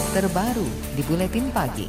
terbaru di Buletin Pagi.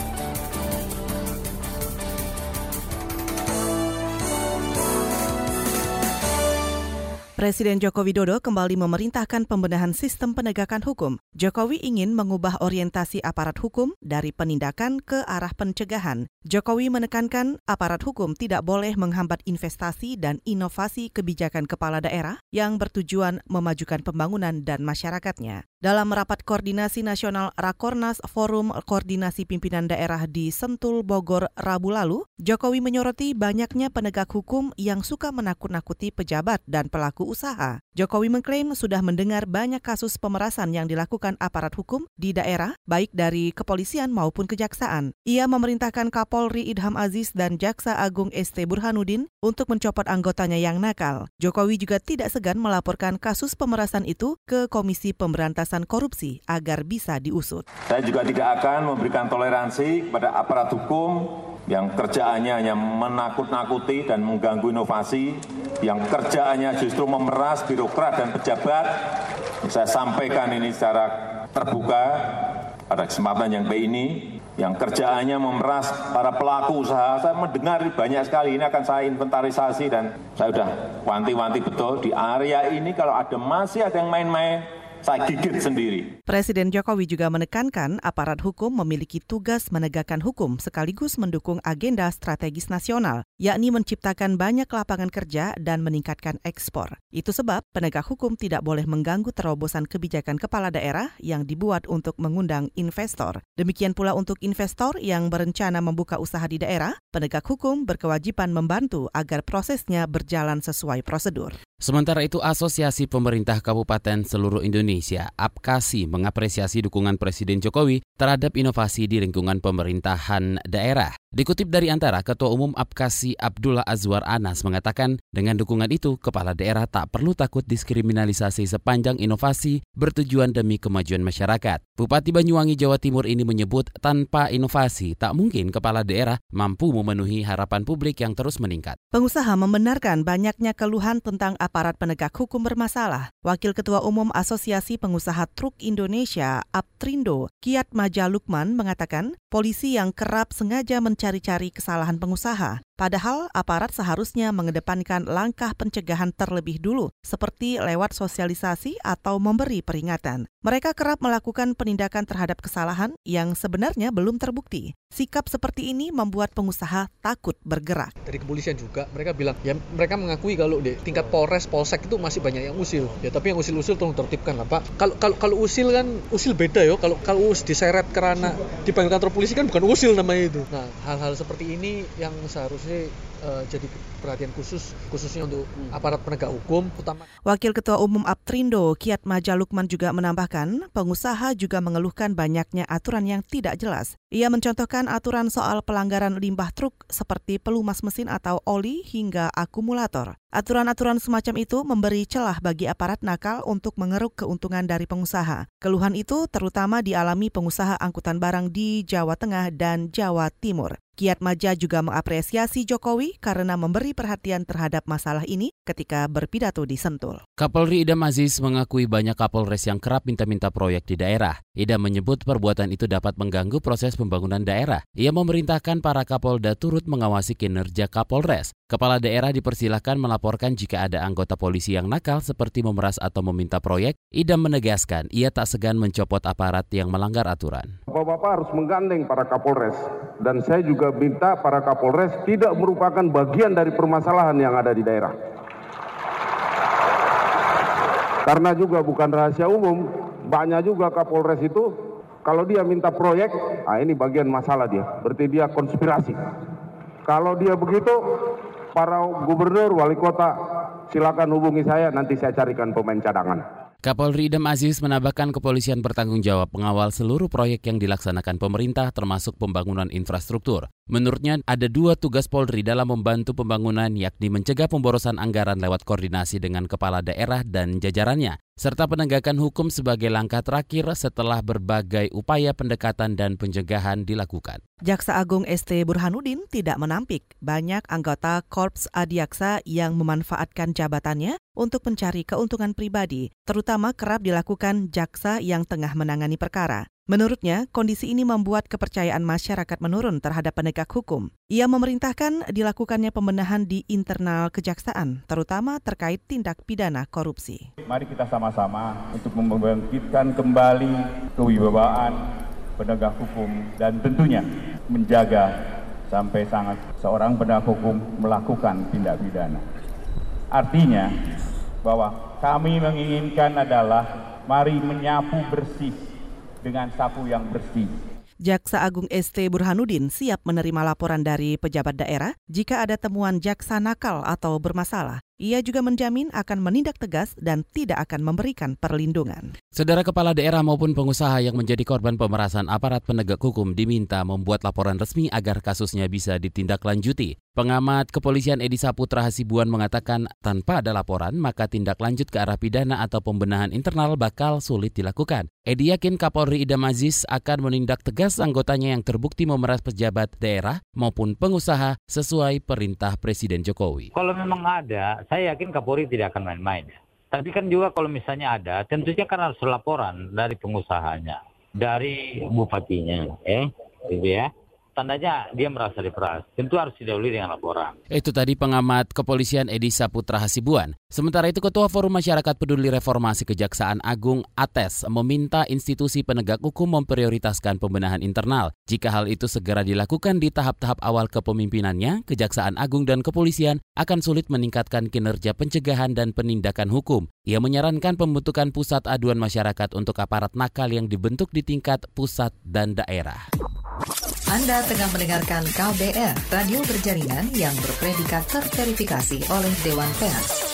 Presiden Joko Widodo kembali memerintahkan pembenahan sistem penegakan hukum. Jokowi ingin mengubah orientasi aparat hukum dari penindakan ke arah pencegahan. Jokowi menekankan aparat hukum tidak boleh menghambat investasi dan inovasi kebijakan kepala daerah yang bertujuan memajukan pembangunan dan masyarakatnya. Dalam rapat koordinasi nasional Rakornas Forum Koordinasi Pimpinan Daerah di Sentul, Bogor, Rabu lalu, Jokowi menyoroti banyaknya penegak hukum yang suka menakut-nakuti pejabat dan pelaku usaha. Jokowi mengklaim sudah mendengar banyak kasus pemerasan yang dilakukan aparat hukum di daerah, baik dari kepolisian maupun kejaksaan. Ia memerintahkan Kapolri Idham Aziz dan Jaksa Agung ST Burhanuddin untuk mencopot anggotanya yang nakal. Jokowi juga tidak segan melaporkan kasus pemerasan itu ke Komisi Pemberantasan Korupsi agar bisa diusut. Saya juga tidak akan memberikan toleransi kepada aparat hukum yang kerjaannya hanya menakut-nakuti dan mengganggu inovasi, yang kerjaannya justru memeras birokrat dan pejabat. Saya sampaikan ini secara terbuka pada kesempatan yang baik ini, yang kerjaannya memeras para pelaku usaha. Saya mendengar banyak sekali, ini akan saya inventarisasi dan saya sudah wanti-wanti betul di area ini kalau masih ada yang main-main, saya gigit sendiri. Presiden Jokowi juga menekankan aparat hukum memiliki tugas menegakkan hukum sekaligus mendukung agenda strategis nasional, yakni menciptakan banyak lapangan kerja dan meningkatkan ekspor. Itu sebab penegak hukum tidak boleh mengganggu terobosan kebijakan kepala daerah yang dibuat untuk mengundang investor. Demikian pula untuk investor yang berencana membuka usaha di daerah, penegak hukum berkewajiban membantu agar prosesnya berjalan sesuai prosedur. Sementara itu, Asosiasi Pemerintah Kabupaten Seluruh Indonesia, APKASI, mengapresiasi dukungan Presiden Jokowi terhadap inovasi di lingkungan pemerintahan daerah. Dikutip dari Antara, Ketua Umum APKASI Abdullah Azwar Anas mengatakan, dengan dukungan itu, kepala daerah tak perlu takut diskriminalisasi sepanjang inovasi bertujuan demi kemajuan masyarakat. Bupati Banyuwangi, Jawa Timur ini menyebut tanpa inovasi tak mungkin kepala daerah mampu memenuhi harapan publik yang terus meningkat. Pengusaha membenarkan banyaknya keluhan tentang aparat penegak hukum bermasalah. Wakil Ketua Umum Asosiasi Pengusaha Truk Indonesia, Aptrindo, Kiat Maja Lukman mengatakan, polisi yang kerap sengaja mencari-cari kesalahan pengusaha. Padahal aparat seharusnya mengedepankan langkah pencegahan terlebih dulu, seperti lewat sosialisasi atau memberi peringatan. Mereka kerap melakukan penindakan terhadap kesalahan yang sebenarnya belum terbukti. Sikap seperti ini membuat pengusaha takut bergerak. Dari kepolisian juga mereka bilang, ya mereka mengakui kalau di tingkat Polres, Polsek itu masih banyak yang usil. Ya tapi yang usil-usil tolong tertibkan lah Pak. Kalau usil kan usil beda ya. Kalau usil diseret kerana dipanggil kantor polisi kan bukan usil namanya itu. Nah hal-hal seperti ini yang seharusnya jadi perhatian khususnya untuk aparat penegak hukum utama. Wakil Ketua Umum Aptrindo Kiat Maja Lukman juga menambahkan, pengusaha juga mengeluhkan banyaknya aturan yang tidak jelas. Ia mencontohkan aturan soal pelanggaran limbah truk seperti pelumas mesin atau oli hingga akumulator. Aturan-aturan semacam itu memberi celah bagi aparat nakal untuk mengeruk keuntungan dari pengusaha. Keluhan itu terutama dialami pengusaha angkutan barang di Jawa Tengah dan Jawa Timur. Kiat Maja juga mengapresiasi Jokowi karena memberi perhatian terhadap masalah ini ketika berpidato di Sentul. Kapolri Idham Aziz mengakui banyak Kapolres yang kerap minta-minta proyek di daerah. Idham menyebut perbuatan itu dapat mengganggu proses pembangunan daerah. Ia memerintahkan para Kapolda turut mengawasi kinerja Kapolres. Kepala daerah dipersilahkan melaporkan jika ada anggota polisi yang nakal seperti memeras atau meminta proyek. Idham menegaskan ia tak segan mencopot aparat yang melanggar aturan. Bapak-bapak harus menggandeng para Kapolres. Dan saya juga minta para Kapolres tidak merupakan bagian dari permasalahan yang ada di daerah. Karena juga bukan rahasia umum, banyak juga Kapolres itu kalau dia minta proyek, ini bagian masalah dia. Berarti dia konspirasi. Kalau dia begitu, para gubernur, wali kota, silakan hubungi saya, nanti saya carikan pemain cadangan. Kapolri Idham Aziz menambahkan kepolisian bertanggung jawab mengawal seluruh proyek yang dilaksanakan pemerintah termasuk pembangunan infrastruktur. Menurutnya ada 2 tugas Polri dalam membantu pembangunan yakni mencegah pemborosan anggaran lewat koordinasi dengan kepala daerah dan jajarannya, serta penegakan hukum sebagai langkah terakhir setelah berbagai upaya pendekatan dan pencegahan dilakukan. Jaksa Agung ST Burhanuddin tidak menampik banyak anggota Korps Adiaksa yang memanfaatkan jabatannya untuk mencari keuntungan pribadi, terutama kerap dilakukan jaksa yang tengah menangani perkara. Menurutnya, kondisi ini membuat kepercayaan masyarakat menurun terhadap penegak hukum. Ia memerintahkan dilakukannya pembenahan di internal kejaksaan, terutama terkait tindak pidana korupsi. Mari kita sama-sama untuk membangkitkan kembali kewibawaan penegak hukum dan tentunya menjaga sampai sangat seorang penegak hukum melakukan tindak pidana. Artinya bahwa kami menginginkan adalah mari menyapu bersih dengan sapu yang bersih. Jaksa Agung ST Burhanuddin siap menerima laporan dari pejabat daerah jika ada temuan jaksa nakal atau bermasalah. Ia juga menjamin akan menindak tegas dan tidak akan memberikan perlindungan. Saudara kepala daerah maupun pengusaha yang menjadi korban pemerasan aparat penegak hukum diminta membuat laporan resmi agar kasusnya bisa ditindaklanjuti. Pengamat kepolisian Edi Saputra Hasibuan mengatakan tanpa ada laporan maka tindak lanjut ke arah pidana atau pembenahan internal bakal sulit dilakukan. Edi yakin Kapolri Idam Aziz akan menindak tegas anggotanya yang terbukti memeras pejabat daerah maupun pengusaha sesuai perintah Presiden Jokowi. Kalau memang ada, saya yakin Kapolri tidak akan main-main. Tapi kan juga kalau misalnya ada, tentunya kan harus laporan dari pengusahanya, dari bupatinya, gitu ya. Tandanya dia merasa diperas, tentu harus didahului dengan laporan. Itu tadi pengamat kepolisian Edi Saputra Hasibuan. Sementara itu Ketua Forum Masyarakat Peduli Reformasi Kejaksaan Agung ATES meminta institusi penegak hukum memprioritaskan pembenahan internal. Jika hal itu segera dilakukan di tahap-tahap awal kepemimpinannya, Kejaksaan Agung dan Kepolisian akan sulit meningkatkan kinerja pencegahan dan penindakan hukum. Ia menyarankan pembentukan pusat aduan masyarakat untuk aparat nakal yang dibentuk di tingkat pusat dan daerah. Anda tengah mendengarkan KBR, radio berjaringan yang berpredikat terverifikasi oleh Dewan Pers.